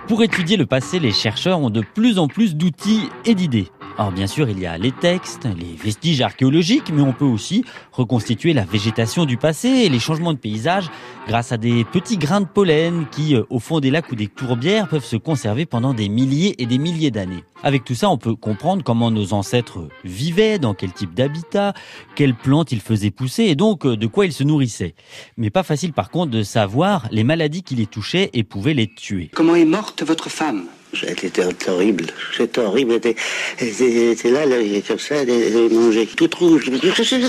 Pour étudier le passé, les chercheurs ont de plus en plus d'outils et d'idées. Alors bien sûr, il y a les textes, les vestiges archéologiques, mais on peut aussi reconstituer la végétation du passé et les changements de paysage grâce à des petits grains de pollen qui, au fond des lacs ou des tourbières, peuvent se conserver pendant des milliers et des milliers d'années. Avec tout ça, on peut comprendre comment nos ancêtres vivaient, dans quel type d'habitat, quelles plantes ils faisaient pousser et donc de quoi ils se nourrissaient. Mais pas facile par contre de savoir les maladies qui les touchaient et pouvaient les tuer. Comment est morte votre femme ? C'était horrible. C'était horrible. Elle était là, comme ça, elle mangeait tout rouge. Paf !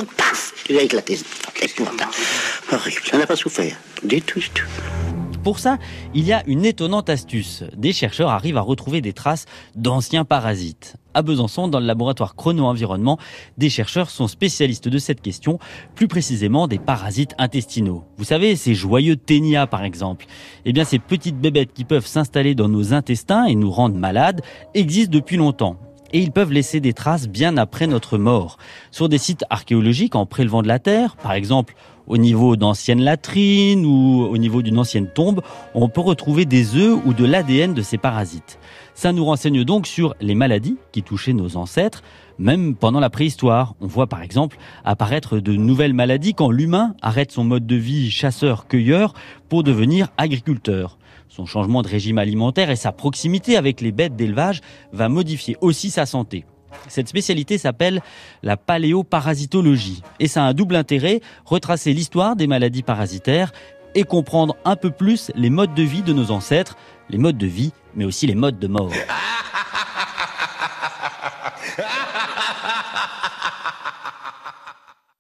Il a éclaté. Horrible. Elle n'a pas souffert. Du tout. Pour ça, il y a une étonnante astuce. Des chercheurs arrivent à retrouver des traces d'anciens parasites. À Besançon, dans le laboratoire Chrono-Environnement, des chercheurs sont spécialistes de cette question, plus précisément des parasites intestinaux. Vous savez, ces joyeux ténias par exemple. Eh bien, ces petites bébêtes qui peuvent s'installer dans nos intestins et nous rendre malades existent depuis longtemps. Et ils peuvent laisser des traces bien après notre mort. Sur des sites archéologiques en prélevant de la terre, par exemple au niveau d'anciennes latrines ou au niveau d'une ancienne tombe, on peut retrouver des œufs ou de l'ADN de ces parasites. Ça nous renseigne donc sur les maladies qui touchaient nos ancêtres, même pendant la préhistoire. On voit par exemple apparaître de nouvelles maladies quand l'humain arrête son mode de vie chasseur-cueilleur pour devenir agriculteur. Son changement de régime alimentaire et sa proximité avec les bêtes d'élevage va modifier aussi sa santé. Cette spécialité s'appelle la paléoparasitologie et ça a un double intérêt, retracer l'histoire des maladies parasitaires et comprendre un peu plus les modes de vie de nos ancêtres, les modes de vie mais aussi les modes de mort.